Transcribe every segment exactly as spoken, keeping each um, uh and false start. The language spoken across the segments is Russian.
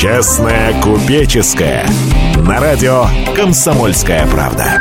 Честная купеческая. На радио «Комсомольская правда».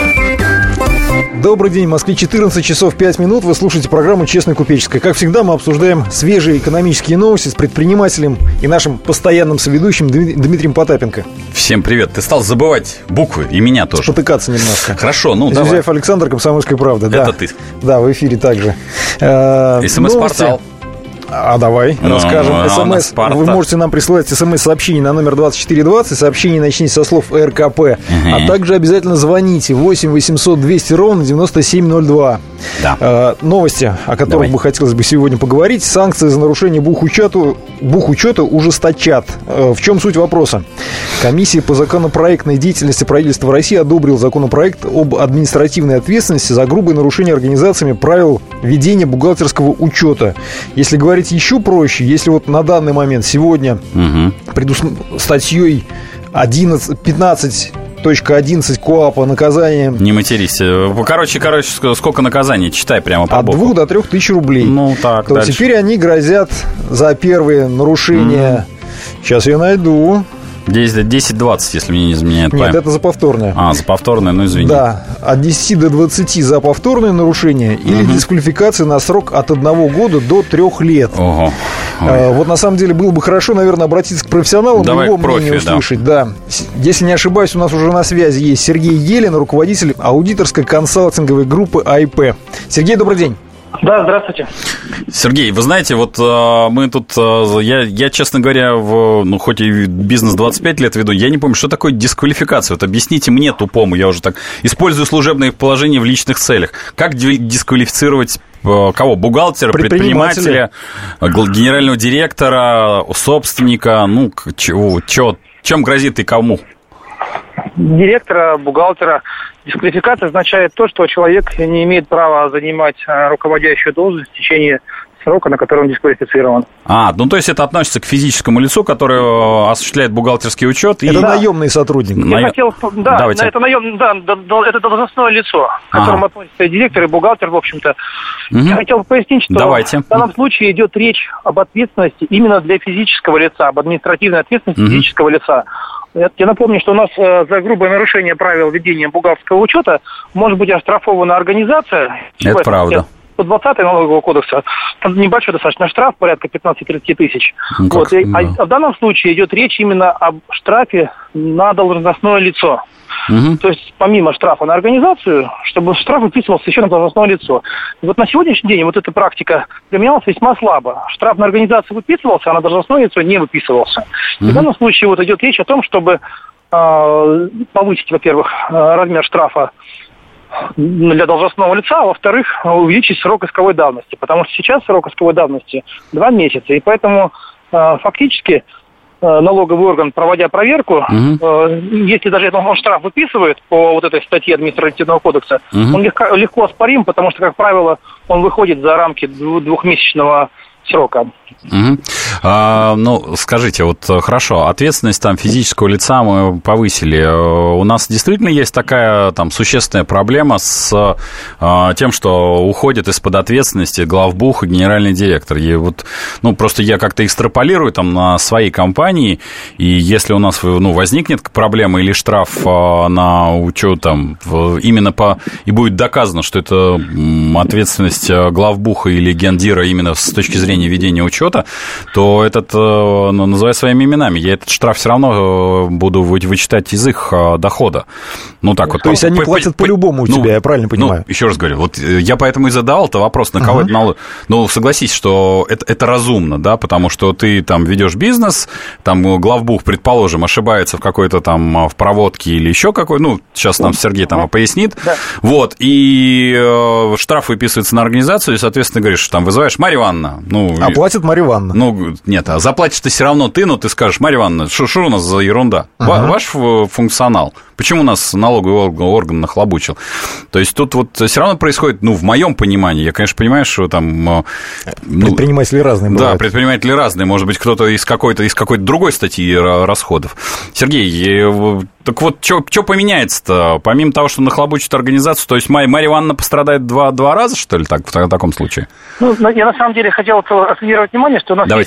Добрый день, в Москве четырнадцать часов пять минут. Вы слушаете программу «Честная купеческая». Как всегда, мы обсуждаем свежие экономические новости с предпринимателем и нашим постоянным соведущим Дмитрием Потапенко. Всем привет. Ты стал забывать буквы, и меня тоже. Спотыкаться немножко. Хорошо, ну Зюзяев давай. Александр, «Комсомольская правда». Это да. ты. Да, в эфире также. СМС-портал. А давай Ну, расскажем. ну, СМС. Вы можете нам присылать смс-сообщение на номер двадцать четыре двадцать. Сообщение начните со слов РКП. Угу. А также обязательно звоните восемь восемьсот двести ровно девяносто семь ноль два. Да. Э, новости, о которых Давай. бы хотелось бы сегодня поговорить. Санкции за нарушение бухучета, бухучета ужесточат. Э, в чем суть вопроса? Комиссия по законопроектной деятельности правительства России одобрил законопроект об административной ответственности за грубое нарушение организациями правил ведения бухгалтерского учета. Если говорить еще проще, если вот на данный момент сегодня Угу. предус... статьей одиннадцать, пятнадцать точка одиннадцать КоАПа наказание Не матерись. Короче, короче, сколько наказаний? Читай прямо по от боку. двух до трех тысяч рублей, Ну так, то дальше. теперь они грозят за первые нарушения. Сейчас я найду. десять-двадцать, если мне не изменяет Нет, память. это за повторное. А, за повторное, ну извини. Да, от десяти до двадцати за повторное нарушение или Мгм. дисквалификация на срок от одного года до трех лет. Ого. Ой. А, вот на самом деле было бы хорошо, наверное, обратиться к профессионалам, Давай его к профи, мнение да. услышать. Да. С- Если не ошибаюсь, у нас уже на связи есть Сергей Елен, руководитель аудиторской консалтинговой группы АИП. Сергей, добрый день. Да, здравствуйте. Сергей, вы знаете, вот э, мы тут, э, я, я, честно говоря, в, ну, хоть и бизнес двадцать пять лет веду, я не помню, что такое дисквалификация. Вот объясните мне, тупому, я уже так использую служебные положения в личных целях. Как ди- дисквалифицировать э, кого? Бухгалтера, Предпринимателя. предпринимателя, г- генерального директора, собственника, ну, к- чего, чё, чем грозит и кому? Директора, бухгалтера. Дисквалификация означает то, что человек не имеет права занимать а, руководящую должность в течение срока, на который он дисквалифицирован. А, ну, то есть это относится к физическому лицу, которое э, осуществляет бухгалтерский учет. И... Это Да. наемный сотрудник. На- Я хотел, да, Давайте. это наем, да, да, да, это должностное лицо, к которому Ага. относится и директор, и бухгалтер, в общем-то. Мгм. Я хотел пояснить, что Давайте. в данном случае идет речь об ответственности именно для физического лица, об административной ответственности Мгм. физического лица. Я я напомню, что у нас э, за грубое нарушение правил ведения бухгалтерского учета может быть оштрафована организация. Это правда. По двадцатому налогового кодекса там небольшой достаточно штраф, порядка пятнадцать-тридцать тысяч. Ну, как, Вот, и- да. а в данном случае идет речь именно об штрафе на должностное лицо. Мгм. То есть помимо штрафа на организацию, чтобы штраф выписывался еще на должностное лицо. И вот на сегодняшний день вот эта практика применялась весьма слабо. Штраф на организацию выписывался, а на должностное лицо не выписывался. И в Мгм. данном случае вот идет речь о том, чтобы э, повысить, во-первых, э, размер штрафа для должностного лица, а во-вторых, увеличить срок исковой давности. Потому что сейчас срок исковой давности два месяца, и поэтому э, фактически э, налоговый орган, проводя проверку, Мгм. э, если даже он он штраф выписывает по вот этой статье административного кодекса, Мгм. он легко, легко оспорим, потому что, как правило, он выходит за рамки дву- двухмесячного срока. Мгм. А, ну, скажите, вот э, хорошо, ответственность там физического лица мы повысили. Э, У нас действительно есть такая там существенная проблема с э, тем, что уходит из-под ответственности главбух и генеральный директор. И вот, ну, просто я как-то экстраполирую там на своей компании, и если у нас ну, возникнет проблема или штраф э, на учет там в- именно по... и будет доказано, что это м, ответственность э, главбуха или гендира именно с точки зрения ведения учета, то этот, э, ну, называй своими именами, я этот штраф все равно э, буду вы- вычитать из их э, дохода. Ну, так вот. То есть они По- платят по- по-любому у ну, тебя, я правильно понимаю? Ну, еще раз говорю, вот э, я поэтому и задавал-то вопрос, на кого Ага. это налог. Ну, согласись, что это, это разумно, да, потому что ты там ведешь бизнес, там э, главбух, предположим, ошибается в какой-то там э, в проводке или еще какой, ну, сейчас нам Сергей там пояснит, Да. вот, и э, штраф выписывается на организацию, и, соответственно, говоришь, там, вызываешь Марья Ивановна, ну... А платит Марья Ивановна. Ну, нет, а заплатишь ты все равно ты, но ты скажешь, Марья Ивановна, что у нас за ерунда? Ва- Ага. Ваш ф- функционал. Почему нас налоговый орган, орган нахлобучил? То есть тут вот все равно происходит, ну, в моем понимании, я, конечно, понимаю, что там... э, ну, Предприниматели разные да, бывают. предприниматели разные. Может быть, кто-то из какой-то, из какой-то другой статьи ра- расходов. Сергей, э, так вот, что поменяется-то? Помимо того, что нахлобучит организацию, то есть Марья, Марья Ивановна пострадает два, два раза, что ли, так, в таком случае? Ну, на- я на самом деле хотел акцентировать внимание, что у нас Давайте.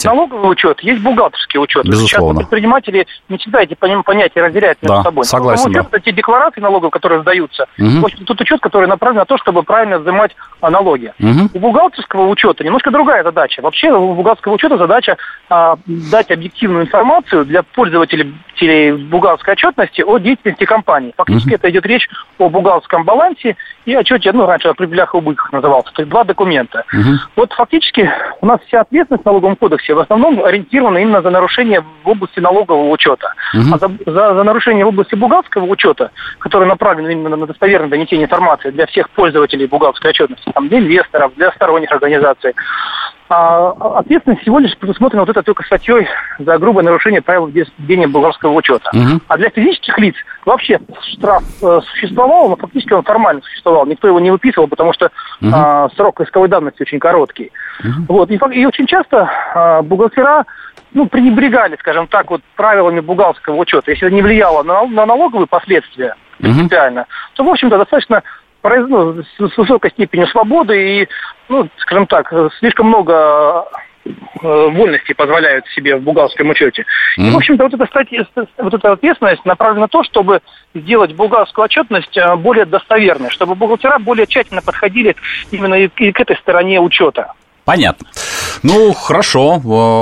налоговый учет, есть бухгалтерский учет. Безусловно. Сейчас предприниматели не всегда эти понятия разделяют между да, собой. Согласен, учет, да. это те декларации налоговые, которые сдаются. Угу. В общем, тут учет, который направлен на то, чтобы правильно взимать налоги. Угу. У бухгалтерского учета немножко другая задача. Вообще у бухгалтерского учета задача а, дать объективную информацию для пользователей бухгалтерской отчетности о деятельности компании. Фактически угу. это идет речь о бухгалтерском балансе и отчете, ну, раньше о прибылях и убытках назывался. То есть два документа. Угу. Вот фактически у нас вся ответственность в налоговом кодексе в основном ориентирована именно за нарушение в области налогового учета. Угу. А за, за, за нарушение в области бухгалтерского учета, который направлен именно на достоверное донесение информации для всех пользователей бухгалтерской отчетности, там, для инвесторов, для сторонних организаций, а ответственность всего лишь предусмотрена вот этой только статьей за грубое нарушение правил ведения бухгалтерского учета. Угу. А для физических лиц вообще штраф э, существовал, но фактически он формально существовал. Никто его не выписывал, потому что угу. э, срок исковой давности очень короткий. Угу. Вот. И, и очень часто э, бухгалтера ну, пренебрегали, скажем так, вот правилами бухгалтерского учета. Если это не влияло на, на налоговые последствия принципиально, угу. то, в общем-то, достаточно ну, с высокой степенью свободы и, ну, скажем так, слишком много вольностей позволяют себе в бухгалтерском учете. Mm-hmm. И, в общем-то, вот эта, статья, вот эта ответственность направлена на то, чтобы сделать бухгалтерскую отчетность более достоверной, чтобы бухгалтера более тщательно подходили именно и к этой стороне учета. Понятно. Ну, хорошо.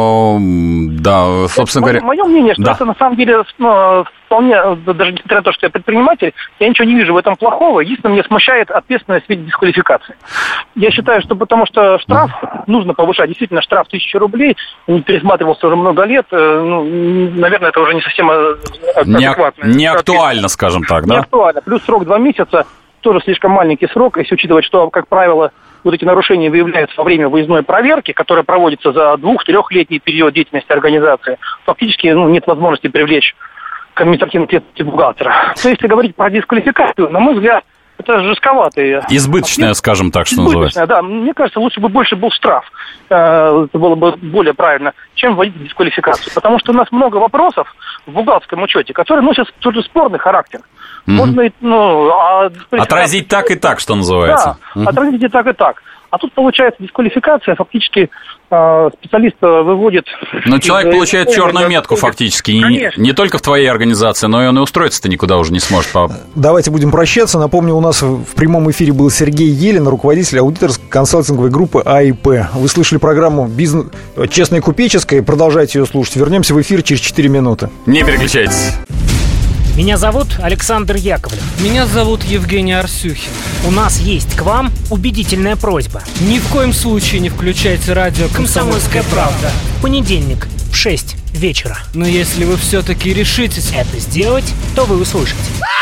Да, собственно говоря... Мое мнение, что да. это на самом деле ну, вполне, даже несмотря на то, что я предприниматель, я ничего не вижу в этом плохого. Единственное, меня смущает ответственность в виде дисквалификации. Я считаю, что потому что штраф нужно повышать. Действительно, штраф тысяча рублей, не пересматривался уже много лет. Ну, наверное, это уже не совсем адекватно. Не, не актуально, скажем так, да? Не актуально. Плюс срок два месяца, тоже слишком маленький срок, если учитывать, что, как правило, вот эти нарушения выявляются во время выездной проверки, которая проводится за двух-трехлетний период деятельности организации. Фактически ну, нет возможности привлечь к административной ответственности бухгалтера. То если говорить про дисквалификацию, на мой взгляд, это жестковатое. Избыточное, ответ. Скажем так, что Избыточное, называется. Да. Мне кажется, лучше бы больше был штраф. Это было бы более правильно, чем вводить дисквалификацию. Потому что у нас много вопросов в бухгалтерском учете, которые носят тоже спорный характер. Mm-hmm. Можно, ну, а отразить так и так, что называется. Да, mm-hmm. отразить и так, и так. А тут получается дисквалификация, фактически э, специалист выводит... Но человек получает черную метку фактически, не, не только в твоей организации, но и он и устроиться-то никуда уже не сможет. Давайте будем прощаться. Напомню, у нас в прямом эфире был Сергей Елин, руководитель аудиторской консалтинговой группы А И П. Вы слышали программу «Бизнес... «Честная купеческая», продолжайте ее слушать. Вернемся в эфир через четыре минуты. Не переключайтесь. Меня зовут Александр Яковлев. Меня зовут Евгений Арсюхин. У нас есть к вам убедительная просьба. Ни в коем случае не включайте радио «Комсомольская правда». В понедельник в шесть вечера. Но если вы все-таки решитесь это сделать, то вы услышите.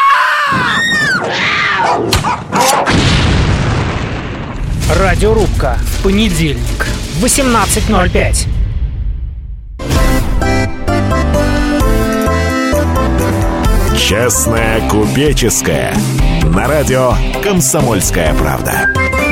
Радиорубка. В понедельник. В восемнадцать ноль пять. Честная купеческая. На радио «Комсомольская правда».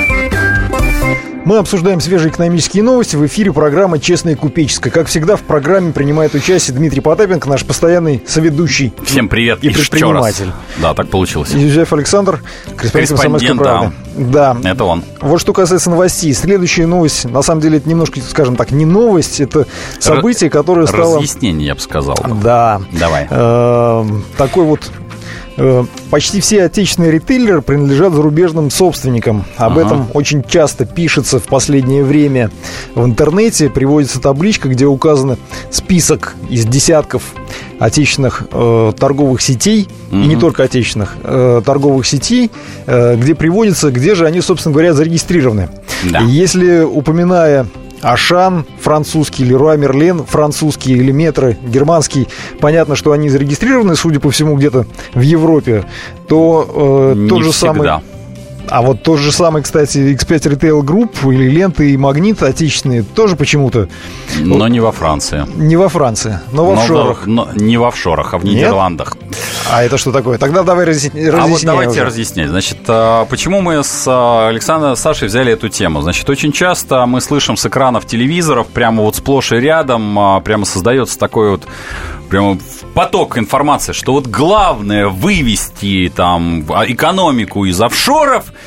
Мы обсуждаем свежие экономические новости в эфире программы «Честная купеческая». Как всегда, в программе принимает участие Дмитрий Потапенко, наш постоянный соведущий. Всем привет и предприниматель. Раз. Да, так получилось. Юзеф Александр, корреспондент «Комсомольской правды». Да. да, это он. Вот что касается новостей. Следующая новость, на самом деле, это немножко, скажем так, не новость, это событие, Р- которое стало... Разъяснение, я бы сказал. Да. Давай. Э- такой вот... Почти все отечественные ритейлеры принадлежат зарубежным собственникам. Об ага. этом очень часто пишется в последнее время в интернете. Приводится табличка, где указан список из десятков отечественных э, торговых сетей, mm-hmm. и не только отечественных э, торговых сетей, э, где приводится, где же они, собственно говоря, зарегистрированы. Да. И если, упоминая Ашан, французский, Леруа Мерлен, французский, или Метро, германский, понятно, что они зарегистрированы, судя по всему, где-то в Европе, то э, тот же всегда. самый... А вот тот же самый, кстати, икс пять Retail Group или Ленты и Магнит отечественные тоже почему-то... Но вот, не во Франции. Не во Франции, но в офшорах. Но, но не в офшорах, а в Нидерландах. Нет? А это что такое? Тогда давай разъясняй. А вот давайте уже. разъяснять. Значит, почему мы с Александром Сашей взяли эту тему? Значит, очень часто мы слышим с экранов телевизоров, прямо вот сплошь и рядом, прямо создается такой вот прямо поток информации, что вот главное вывести там экономику из офшоров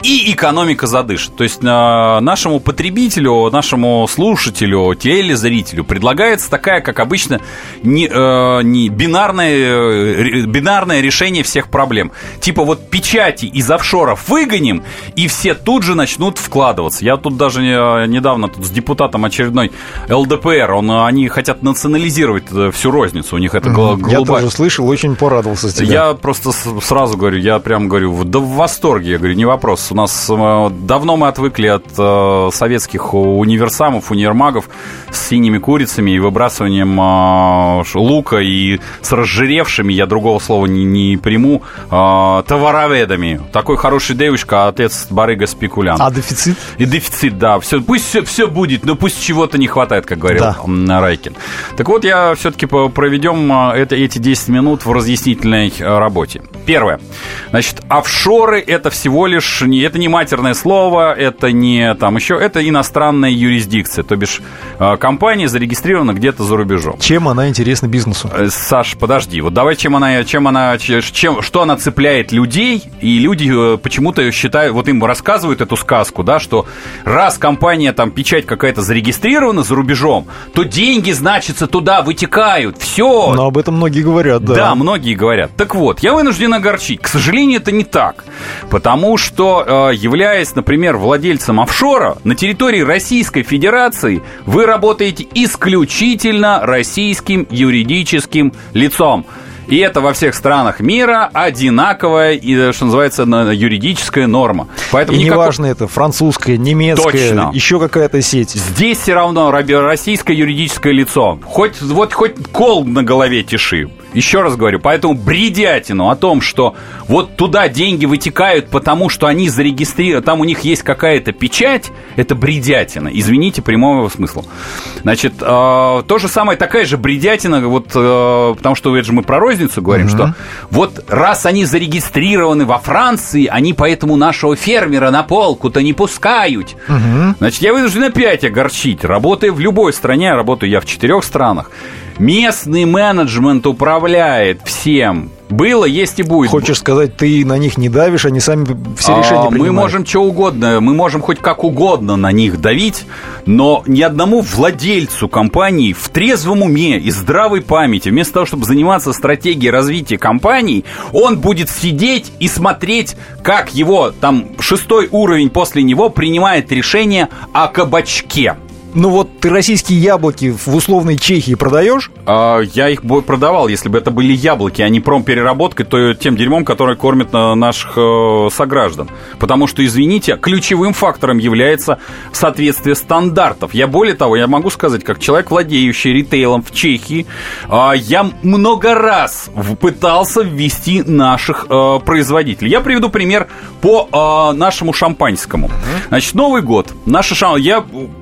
и экономика задышит. То есть э, нашему потребителю, нашему слушателю, телезрителю предлагается такая, как обычно, не, э, не бинарное, э, бинарное решение всех проблем. Типа вот печати из офшоров выгоним, и все тут же начнут вкладываться. Я тут даже э, недавно тут с депутатом очередной эл дэ пэ эр, он, они хотят национализировать всю розницу. У них это глобально. Я тоже слышал, очень порадовался с тебя. Я просто сразу говорю, я прям говорю, да в восторге. Я говорю, не вопрос. У нас давно мы отвыкли от э, советских универсамов, универмагов с синими курицами и выбрасыванием э, лука и с разжиревшими, я другого слова не, не приму, э, товароведами. Такой хороший девушка, а отец барыга-спекулянт. А дефицит? И дефицит, да. Все, пусть все, все будет, но пусть чего-то не хватает, как говорил да. Райкин. Так вот, я все-таки проведем это, эти десять минут в разъяснительной работе. Первое. Значит, офшоры — это всего лишь... Это не матерное слово, это не там еще... Это иностранная юрисдикция. То бишь, компания зарегистрирована где-то за рубежом. Чем она интересна бизнесу? Саш, подожди. Вот давай, чем она... Чем она чем, что она цепляет людей, и люди почему-то считают... Вот им рассказывают эту сказку, да, что раз компания, там, печать какая-то зарегистрирована за рубежом, то деньги, значится, туда вытекают. Все. Но об этом многие говорят, да. Да, многие говорят. Так вот, я вынужден огорчить. К сожалению, это не так. Потому что, являясь, например, владельцем офшора, на территории Российской Федерации вы работаете исключительно российским юридическим лицом. И это во всех странах мира одинаковая, и, что называется, юридическая норма. Поэтому и никакого... неважно, это французская, немецкая, точно. Еще какая-то сеть. Здесь все равно российское юридическое лицо. Хоть, вот, хоть кол на голове тиши. Еще раз говорю, поэтому бредятину о том, что вот туда деньги вытекают, потому что они зарегистрированы, там у них есть какая-то печать, это бредятина. Извините, прямого смысла. Значит, э, то же самое, такая же бредятина, вот, э, потому что это же мы про розницу говорим, uh-huh. что вот раз они зарегистрированы во Франции, они поэтому нашего фермера на полку-то не пускают. Uh-huh. Значит, я вынужден опять огорчить. Работая в любой стране, работаю я в четырех странах, местный менеджмент управляет всем. Было, есть и будет. Хочешь сказать, ты на них не давишь, они сами все а, решения принимают? Мы можем что угодно, мы можем хоть как угодно на них давить, но ни одному владельцу компании в трезвом уме и здравой памяти, вместо того, чтобы заниматься стратегией развития компании, он будет сидеть и смотреть, как его там шестой уровень после него принимает решение о кабачке. Ну вот ты российские яблоки в условной Чехии продаешь? А, я их бы продавал, если бы это были яблоки, а не промпереработкой, то тем дерьмом, которое кормит наших э, сограждан. Потому что, извините, ключевым фактором является соответствие стандартов. Я более того, я могу сказать, как человек, владеющий ритейлом в Чехии, э, я много раз пытался ввести наших э, производителей. Я приведу пример по э, нашему шампанскому. Значит, Новый год. Наша шам... Я...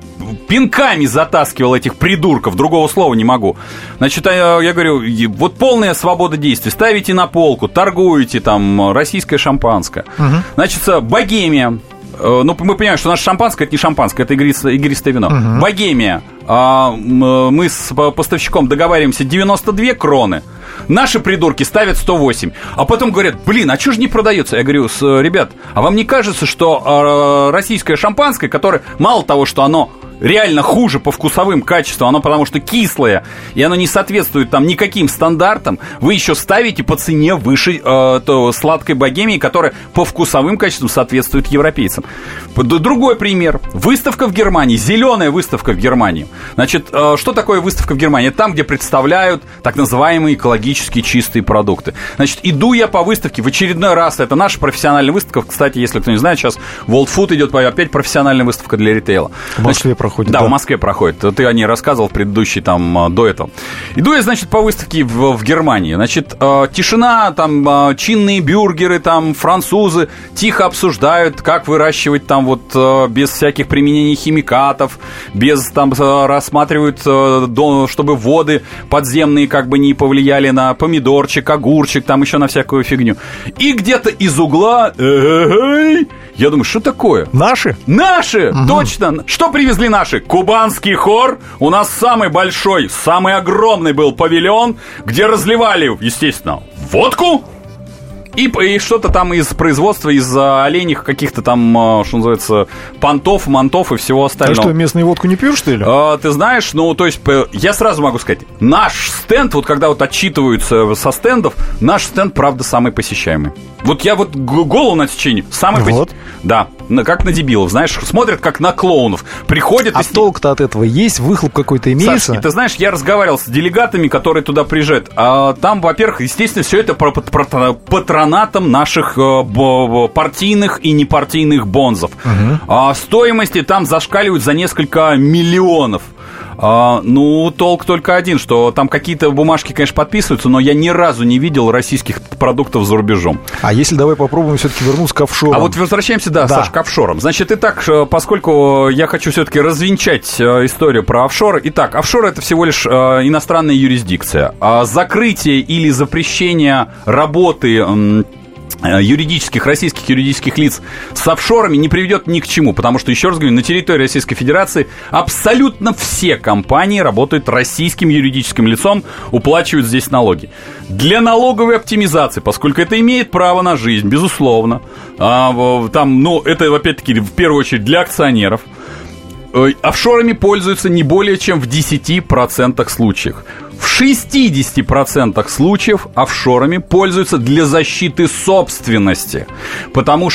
пинками затаскивал этих придурков, другого слова не могу. Значит, я, я говорю, вот полная свобода действий. Ставите на полку, торгуете там российское шампанское. Угу. Значит, Богемия. Ну, мы понимаем, что наше шампанское — это не шампанское, это игристое, игристое вино. Угу. Богемия. Мы с поставщиком договариваемся девяносто две кроны. Наши придурки ставят сто восемь. А потом говорят, блин, а что же не продается? Я говорю, ребят, а вам не кажется, что российское шампанское, которое мало того, что оно реально хуже по вкусовым качествам, оно потому что кислое, и оно не соответствует там никаким стандартам, вы еще ставите по цене выше э, то, сладкой Богемии, которая по вкусовым качествам соответствует европейцам. Другой пример. Выставка в Германии, зеленая выставка в Германии. Значит, э, что такое выставка в Германии? Это там, где представляют так называемые экологически чистые продукты. Значит, иду я по выставке в очередной раз, это наша профессиональная выставка, кстати, если кто не знает, сейчас World Food идет, опять профессиональная выставка для ритейла. В Москве проходит. Да, да, в Москве проходит. Ты о ней рассказывал в предыдущий там до этого. Иду я, значит, по выставке в, в Германии. Значит, э, тишина, там э, чинные бюргеры, там французы тихо обсуждают, как выращивать там вот э, без всяких применений химикатов, без там э, рассматривают, э, до, чтобы воды подземные как бы не повлияли на помидорчик, огурчик, там еще на всякую фигню. И где-то из угла я думаю, что такое? Наши? Наши! Угу. Точно! Что привезли наши? Кубанский хор. У нас самый большой, самый огромный был павильон, где разливали, естественно, водку. И, и что-то там из производства, из оленей каких-то там, что называется, понтов, мантов и всего остального. А что, местную водку не пьешь, что ли? А, ты знаешь, ну, то есть, я сразу могу сказать, наш стенд, вот когда вот отчитываются со стендов, наш стенд, правда, самый посещаемый. Вот я вот голову на течение, самый вот. посещаемый. Да, как на дебилов, знаешь, смотрят как на клоунов. Приходят... А и... толк-то от этого есть? Выхлоп какой-то имеется? Саш, ты знаешь, я разговаривал с делегатами, которые туда приезжают. А там, во-первых, естественно, все это про патронатом наших э, партийных и непартийных бонзов. Угу. А стоимости там зашкаливают за несколько миллионов. А, ну, толк только один, что там какие-то бумажки, конечно, подписываются, но я ни разу не видел российских продуктов за рубежом. А если давай попробуем все-таки вернуться к офшорам? А вот возвращаемся, да, да. Саш, к офшорам. Значит, итак, поскольку я хочу все-таки развенчать историю про офшоры. Итак, офшоры — это всего лишь иностранная юрисдикция. А закрытие или запрещение работы юридических, российских юридических лиц с офшорами не приведет ни к чему, потому что, еще раз говорю, на территории Российской Федерации абсолютно все компании работают российским юридическим лицом, уплачивают здесь налоги. Для налоговой оптимизации, поскольку это имеет право на жизнь, безусловно, а, там, ну, это, опять-таки, в первую очередь для акционеров, офшорами пользуются не более чем в десяти процентах случаев. В шестидесяти процентах случаев офшорами пользуются для защиты собственности. Потому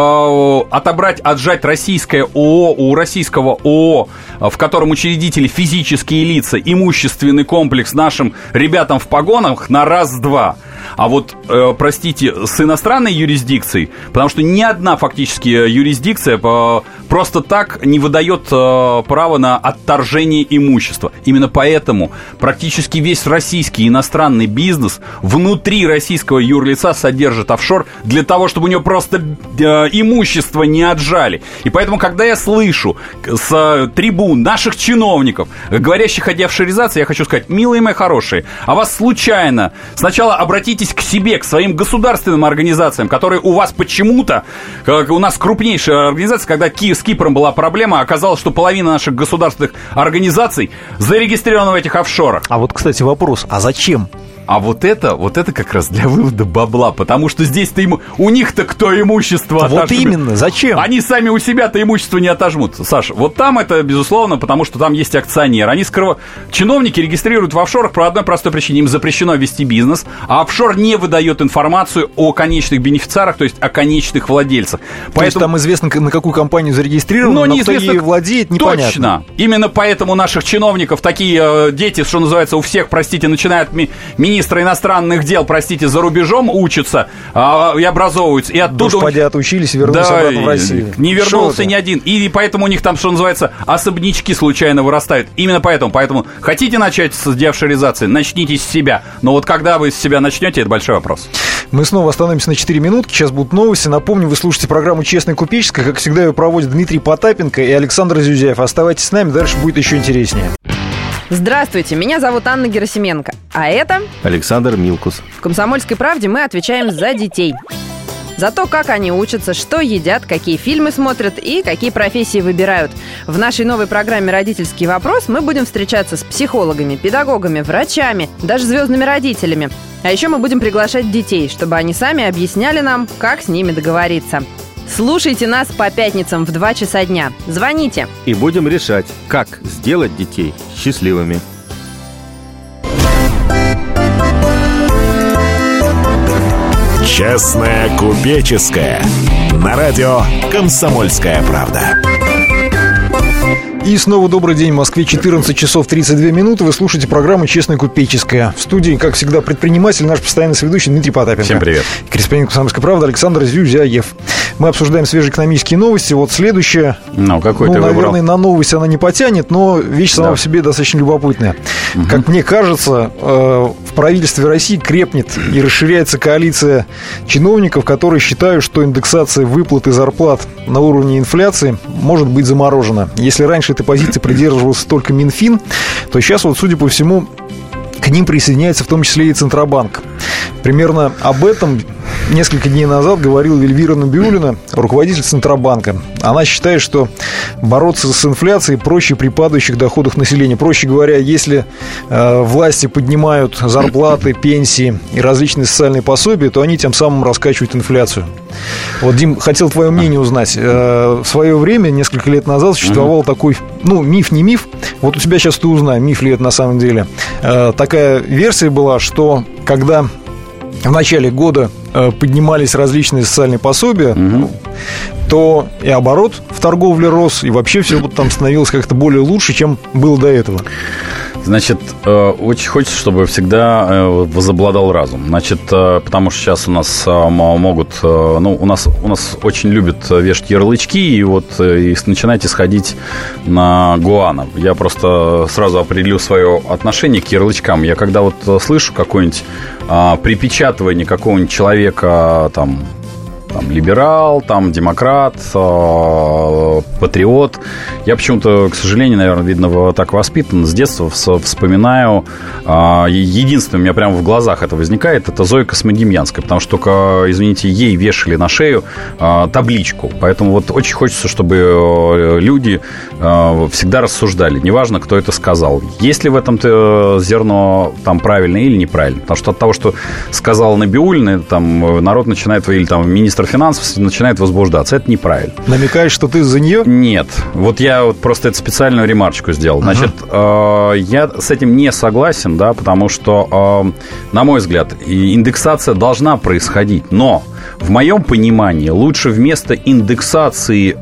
что э, отобрать, отжать российское ООО у российского ООО, в котором учредители физические лица, имущественный комплекс нашим ребятам в погонах на раз-два. А вот, э, простите, с иностранной юрисдикцией, потому что ни одна фактически юрисдикция э, просто так не выдает э, право на отторжение имущества. Именно поэтому практически весь российский иностранный бизнес внутри российского юрлица содержит офшор для того, чтобы у него просто э, имущество не отжали. И поэтому, когда я слышу с э, трибун наших чиновников, говорящих о деофшоризации, я хочу сказать: милые мои хорошие, а вас случайно сначала обратитесь к себе, к своим государственным организациям, которые у вас почему-то, как у нас крупнейшая организация, когда с Кипром была проблема, оказалось, что половина наших государственных организаций зарегистрирована в этих офшорах. А вот, кстати, вопрос: а зачем? А вот это, вот это как раз для вывода бабла, потому что здесь-то ему, у них-то кто имущество отожмет? Вот именно, зачем? Они сами у себя-то имущество не отожмут, Саша. Вот там это, безусловно, потому что там есть акционер. Они скрыв... Чиновники регистрируют в офшорах по одной простой причине: им запрещено вести бизнес, а офшор не выдает информацию о конечных бенефициарах, то есть о конечных владельцах. Поэтому... То есть там известно, на какую компанию зарегистрировано, но, но кто ей владеет, непонятно. Точно. Именно поэтому у наших чиновников такие э, дети, что называется, у всех, простите, начинают ми- министры иностранных дел, простите, за рубежом учатся а, и образовываются. И оттуда... Господи, отучились и вернулись да, обратно в Россию. Не вернулся ни один. И поэтому у них там, что называется, особнячки случайно вырастают. Именно поэтому. Поэтому хотите начать с деофшоризации, начните с себя. Но вот когда вы с себя начнете, это большой вопрос. Мы снова остановимся на четыре минутки. Сейчас будут новости. Напомню, вы слушаете программу «Честная купеческая». Как всегда, ее проводят Дмитрий Потапенко и Александр Зюзяев. Оставайтесь с нами, дальше будет еще интереснее. Здравствуйте, меня зовут Анна Герасименко, а это Александр Милкус. В «Комсомольской правде» мы отвечаем за детей. За то, как они учатся, что едят, какие фильмы смотрят и какие профессии выбирают. В нашей новой программе «Родительский вопрос» мы будем встречаться с психологами, педагогами, врачами, даже звездными родителями. А еще мы будем приглашать детей, чтобы они сами объясняли нам, как с ними договориться. Слушайте нас по пятницам в два часа дня. Звоните. И будем решать, как сделать детей счастливыми. Честная купеческая. На радио «Комсомольская правда». И снова добрый день. В Москве четырнадцать часов тридцать две минуты. Вы слушаете программу «Честная купеческая». В студии, как всегда, предприниматель, наш постоянный соведущий Дмитрий Потапенко. Всем привет. Корреспондент «Комсомольской правды» Александр Зюзяев. Мы обсуждаем свежие экономические новости. Вот следующая. Ну, какой ну ты наверное, выбрал? на новость она не потянет, но вещь сама да. по себе достаточно любопытная. Угу. Как мне кажется, в правительстве России крепнет и расширяется коалиция чиновников, которые считают, что индексация выплат и зарплат на уровне инфляции может быть заморожена. Если раньше этой позиции придерживался только Минфин, то сейчас, вот, судя по всему, к ним присоединяется в том числе и Центробанк. Примерно об этом несколько дней назад говорила Эльвира Набиуллина, руководитель Центробанка. Она считает, что бороться с инфляцией проще при падающих доходах населения. Проще говоря, если э, власти поднимают зарплаты, пенсии и различные социальные пособия, то они тем самым раскачивают инфляцию. Вот, Дим, хотел твое мнение узнать. Э, в свое время, несколько лет назад, существовал mm-hmm. такой, ну, миф, не миф. Вот у тебя сейчас ты узнай, миф ли это на самом деле. Э, такая версия была, что когда в начале года э, поднимались различные социальные пособия, mm-hmm. то и оборот в торговле рос, и вообще все там становилось как-то более лучше, чем было до этого. Значит, очень хочется, чтобы всегда возобладал разум. Значит, потому что сейчас у нас могут, ну, у нас, у нас очень любят вешать ярлычки, и вот и начинайте сходить на гуано. Я просто сразу определю свое отношение к ярлычкам. Я когда вот слышу какое-нибудь припечатывание какого-нибудь человека, там, Там, либерал, там, демократ, э, патриот. Я почему-то, к сожалению, наверное, видно, так воспитан. С детства вспоминаю. Э, единственное, у меня прямо в глазах это возникает, это Зоя Космодемьянская. Потому что только, извините, ей вешали на шею э, табличку. Поэтому вот очень хочется, чтобы люди э, всегда рассуждали. Неважно, кто это сказал. Есть ли в этом зерно там правильное или неправильно. Потому что от того, что сказала Набиуллина, там народ начинает, или там министр финансов начинает возбуждаться. Это неправильно. Намекаешь, что ты за нее? Нет. Вот я вот просто эту специальную ремарочку сделал. Значит, uh-huh. э, я с этим не согласен, да, потому что, э, на мой взгляд, индексация должна происходить. Но в моем понимании лучше вместо индексации э,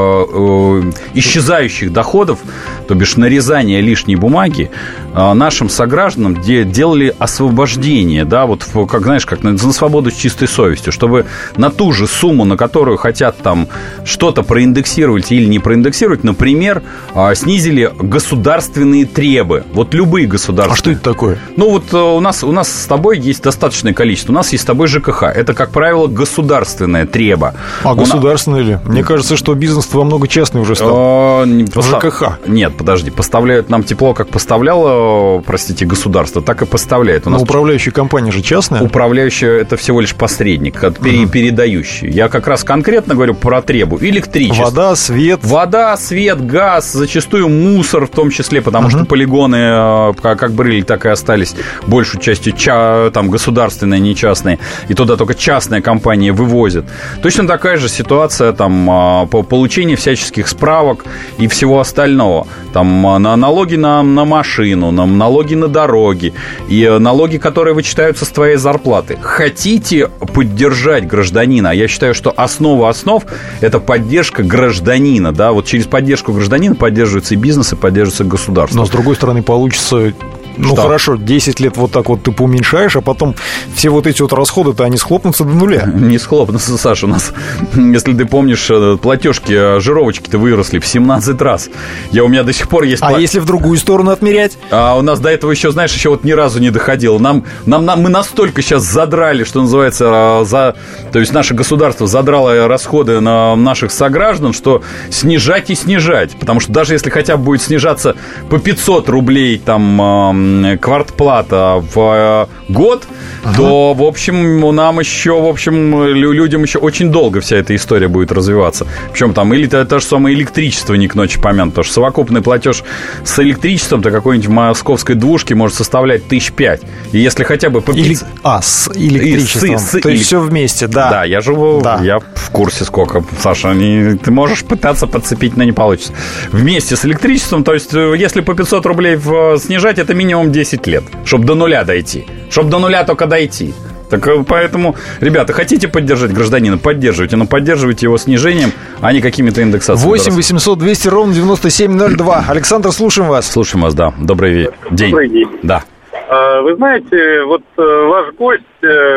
э, исчезающих доходов, то бишь нарезания лишней бумаги, э, нашим согражданам де- делали освобождение, да, вот как, знаешь, как на, на свободу с чистой совестью, чтобы на ту же сумму, на которую хотят там что-то проиндексировать или не проиндексировать, например, э, снизили государственные требы. Вот любые государственные. А что это такое? Ну вот э, у нас, у нас с тобой есть достаточное количество. У нас есть с тобой ЖКХ. Это, как правило, государственное треба. А у государственное на... ли? Мне кажется, что бизнес во много частный уже стал. Постав... ЖКХ. Нет, подожди. Поставляют нам тепло, как поставляло, простите, государство, так и поставляет. У нас... Но управляющая компания же частная? Управляющая – это всего лишь посредник, uh-huh. передающий. Я как раз конкретно говорю про требу. Электричество. Вода, свет. Вода, свет, газ, зачастую мусор в том числе, потому uh-huh. что полигоны как были, так и остались большей частью ча... там, государственные, не частные. И туда только частная компания вывозит. Точно такая же ситуация там, по получению всяческих справок и всего остального. Там на налоги на, на машину, на налоги на дороги и налоги, которые вычитаются с твоей зарплаты. Хотите поддержать гражданина? Я считаю, что основа основ – это поддержка гражданина. Да? Вот через поддержку гражданина поддерживается и бизнес, и поддерживается государство. Но, с другой стороны, получится... Ну, что? Хорошо, десять лет вот так вот ты поуменьшаешь, а потом все вот эти вот расходы-то, они схлопнутся до нуля. Не схлопнутся, Саша. У нас, если ты помнишь, платежки, жировочки-то выросли в семнадцать раз. Я, у меня до сих пор есть... А плат... если в другую сторону отмерять? А у нас до этого еще, знаешь, еще вот ни разу не доходило. Нам, нам, нам, мы настолько сейчас задрали, что называется, за... то есть наше государство задрало расходы на наших сограждан, что снижать и снижать. Потому что даже если хотя бы будет снижаться по пятьсот рублей, там... квартплата в год, ага. то, в общем, нам еще, в общем, людям еще очень долго вся эта история будет развиваться. Причем там или то, то же самое электричество не к ночи помянут, потому что совокупный платеж с электричеством-то какой-нибудь в московской двушке может составлять тысяч пять. И если хотя бы... По Или... А, с электричеством. С, с, то есть все вместе, да. Да, я живу, да. я в курсе сколько, Саша, не, ты можешь пытаться подцепить, но не получится. Вместе с электричеством, то есть если по пятьсот рублей снижать, это минимум десять лет, чтобы до нуля дойти. Чтобы до нуля только дойти. Так поэтому, ребята, хотите поддержать гражданина, поддерживайте, но поддерживайте его снижением, а не какими-то индексациями. восемь восемьсот двести ровно девяносто семь ноль два. Александр, слушаем вас. Слушаем вас, да. Добрый день. Добрый день. Да. Вы знаете, вот ваш гость,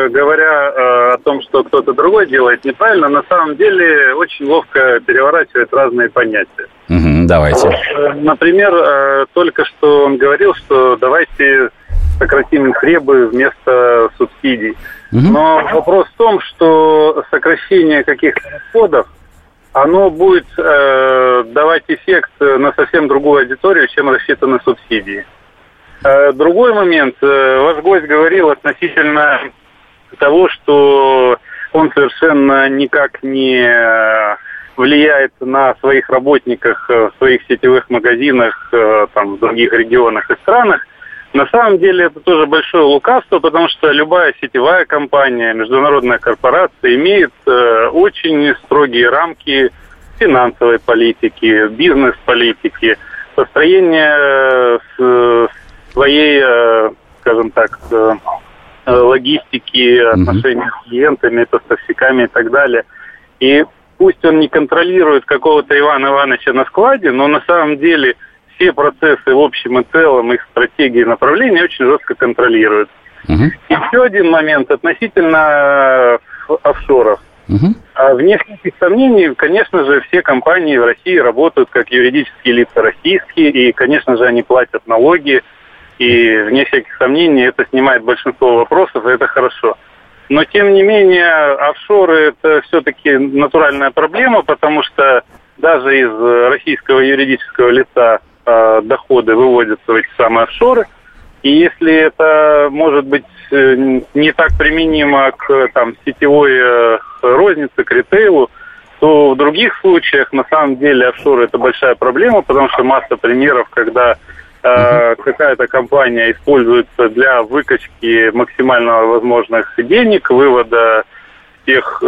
говоря о том, что кто-то другой делает неправильно, на самом деле очень ловко переворачивает разные понятия. Угу, давайте. Например, только что он говорил, что давайте сократим инфребы вместо субсидий. Угу. Но вопрос в том, что сокращение каких-то расходов, оно будет э, давать эффект на совсем другую аудиторию, чем рассчитаны субсидии. Э, другой момент. Ваш гость говорил относительно того, что он совершенно никак не влияет на своих работниках в своих сетевых магазинах там, в других регионах и странах. На самом деле это тоже большое лукавство, потому что любая сетевая компания, международная корпорация имеет очень строгие рамки финансовой политики, бизнес-политики, построение своей, скажем так, логистики, отношений mm-hmm. с клиентами, поставщиками и так далее. И пусть он не контролирует какого-то Ивана Ивановича на складе, но на самом деле все процессы в общем и целом, их стратегии и направления очень жестко контролируют. Mm-hmm. И еще один момент относительно офшоров. Uh-huh. А вне всяких сомнений, конечно же, все компании в России работают как юридические лица российские, и, конечно же, они платят налоги, и вне всяких сомнений это снимает большинство вопросов, и это хорошо. Но, тем не менее, офшоры – это все-таки натуральная проблема, потому что даже из российского юридического лица э, доходы выводятся в эти самые офшоры, и если это может быть не так применимо к там, сетевой э, рознице, к ритейлу, то в других случаях на самом деле офшоры это большая проблема, потому что масса примеров, когда э, uh-huh. какая-то компания используется для выкачки максимально возможных денег, вывода всех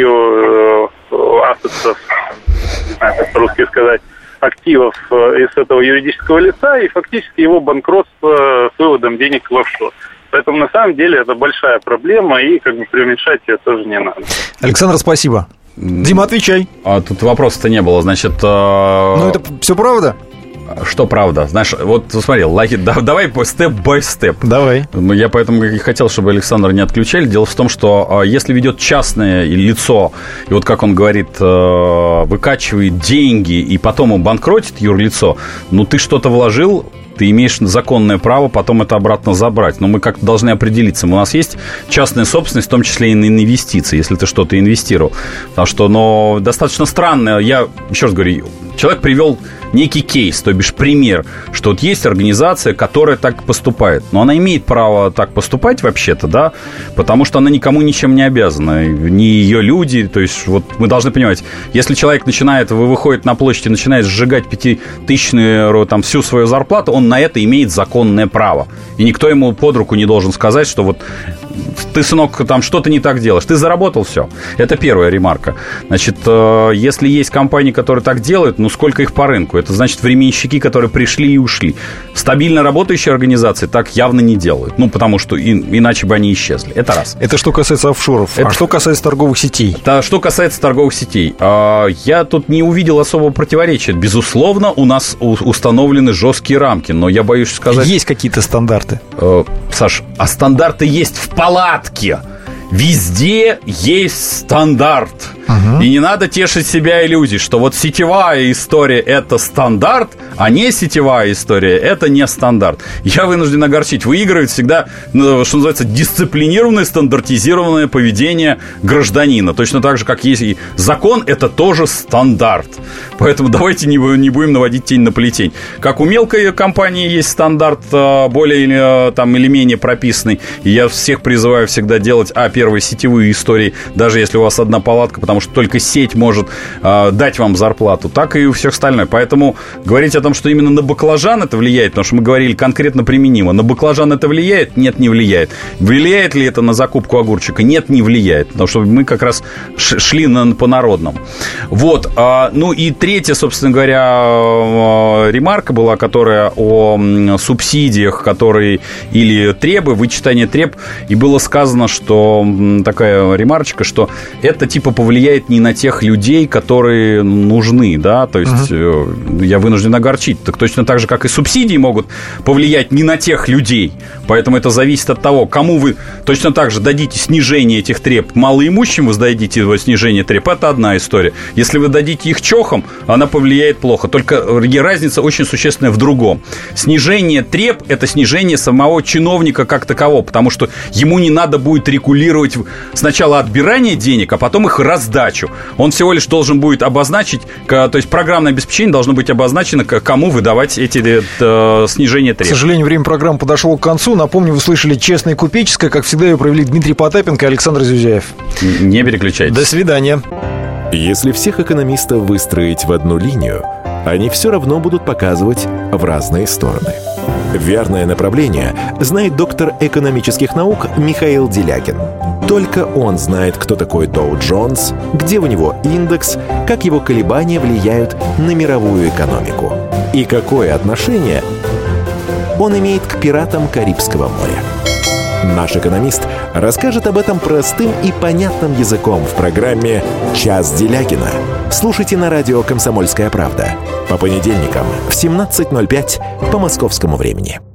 ее э, ассетов, не знаю, как по-русски сказать, активов из этого юридического лица и фактически его банкротство с выводом денег в офшор. Поэтому на самом деле это большая проблема, и как бы преуменьшать ее тоже не надо. Александр, спасибо. Дима, отвечай. А тут вопроса-то не было, значит... Э... Ну, это все правда? Что правда? Знаешь, вот смотри, лайки, да, давай степ-бай-степ. Давай. Я поэтому и хотел, чтобы Александра не отключали. Дело в том, что если ведет частное лицо, и вот как он говорит, выкачивает деньги, и потом он банкротит юрлицо, ну ты что-то вложил, ты имеешь законное право потом это обратно забрать. Но мы как-то должны определиться. У нас есть частная собственность, в том числе и на инвестиции, если ты что-то инвестировал. Потому что, но достаточно странно. Я еще раз говорю, человек привел некий кейс, то бишь пример, что вот есть организация, которая так поступает. Но она имеет право так поступать вообще-то, да, потому что она никому ничем не обязана. Ни ее люди. То есть вот мы должны понимать, если человек начинает, выходит на площадь и начинает сжигать пятитысячную, там, всю свою зарплату, он на это имеет законное право. И никто ему под руку не должен сказать, что вот ты, сынок, там что-то не так делаешь. Ты заработал все. Это первая ремарка. Значит, если есть компании, которые так делают, ну сколько их по рынку? Это значит временщики, которые пришли и ушли. Стабильно работающие организации так явно не делают. Ну, потому что и, иначе бы они исчезли. Это раз. Это что касается офшоров. Это... А что касается торговых сетей? Да, что касается торговых сетей. Я тут не увидел особого противоречия. Безусловно, у нас установлены жесткие рамки. Но я боюсь сказать... Есть какие-то стандарты? Саш, а стандарты есть в палатке. Везде есть стандарт. Uh-huh. И не надо тешить себя иллюзией, что вот сетевая история – это стандарт, а не сетевая история – это не стандарт. Я вынужден огорчить. Выигрывает всегда, ну, что называется, дисциплинированное, стандартизированное поведение гражданина. Точно так же, как есть и закон – это тоже стандарт. Поэтому давайте не, не будем наводить тень на плетень. Как у мелкой компании есть стандарт более или, там, или менее прописанный. И я всех призываю всегда делать, а, первые сетевые истории, даже если у вас одна палатка, потому что только сеть может э, дать вам зарплату, так и у всех остальных. Поэтому говорить о том, что именно на баклажан это влияет, потому что мы говорили конкретно применимо, на баклажан это влияет? Нет, не влияет. Влияет ли это на закупку огурчика? Нет, не влияет, потому что мы как раз шли на, по народному. Вот. Э, ну и третья, собственно говоря, э, ремарка была, которая о э, субсидиях, которые или требы, вычитание треб, и было сказано, что э, такая ремарочка, что это типа повлияет не на тех людей, которые нужны, да, то есть uh-huh. я вынужден огорчить. Так точно так же, как и субсидии могут повлиять не на тех людей, поэтому это зависит от того, кому вы точно так же дадите снижение этих треб малоимущим, вы дадите его снижение треб, это одна история. Если вы дадите их чохам, она повлияет плохо, только разница очень существенная в другом. Снижение треб – это снижение самого чиновника как такового, потому что ему не надо будет регулировать сначала отбирание денег, а потом их раздачу. сдачу. Он всего лишь должен будет обозначить, то есть программное обеспечение должно быть обозначено, кому выдавать эти э, снижения требований. К сожалению, время программы подошло к концу. Напомню, вы слышали «Честное купеческое». Как всегда, ее провели Дмитрий Потапенко и Александр Зюзяев. Не переключайтесь. До свидания. Если всех экономистов выстроить в одну линию, они все равно будут показывать в разные стороны. Верное направление знает доктор экономических наук Михаил Делякин. Только он знает, кто такой Доу Джонс, где у него индекс, как его колебания влияют на мировую экономику и какое отношение он имеет к пиратам Карибского моря. Наш экономист расскажет об этом простым и понятным языком в программе «Час Делякина». Слушайте на радио «Комсомольская правда» по понедельникам в семнадцать ноль пять по московскому времени.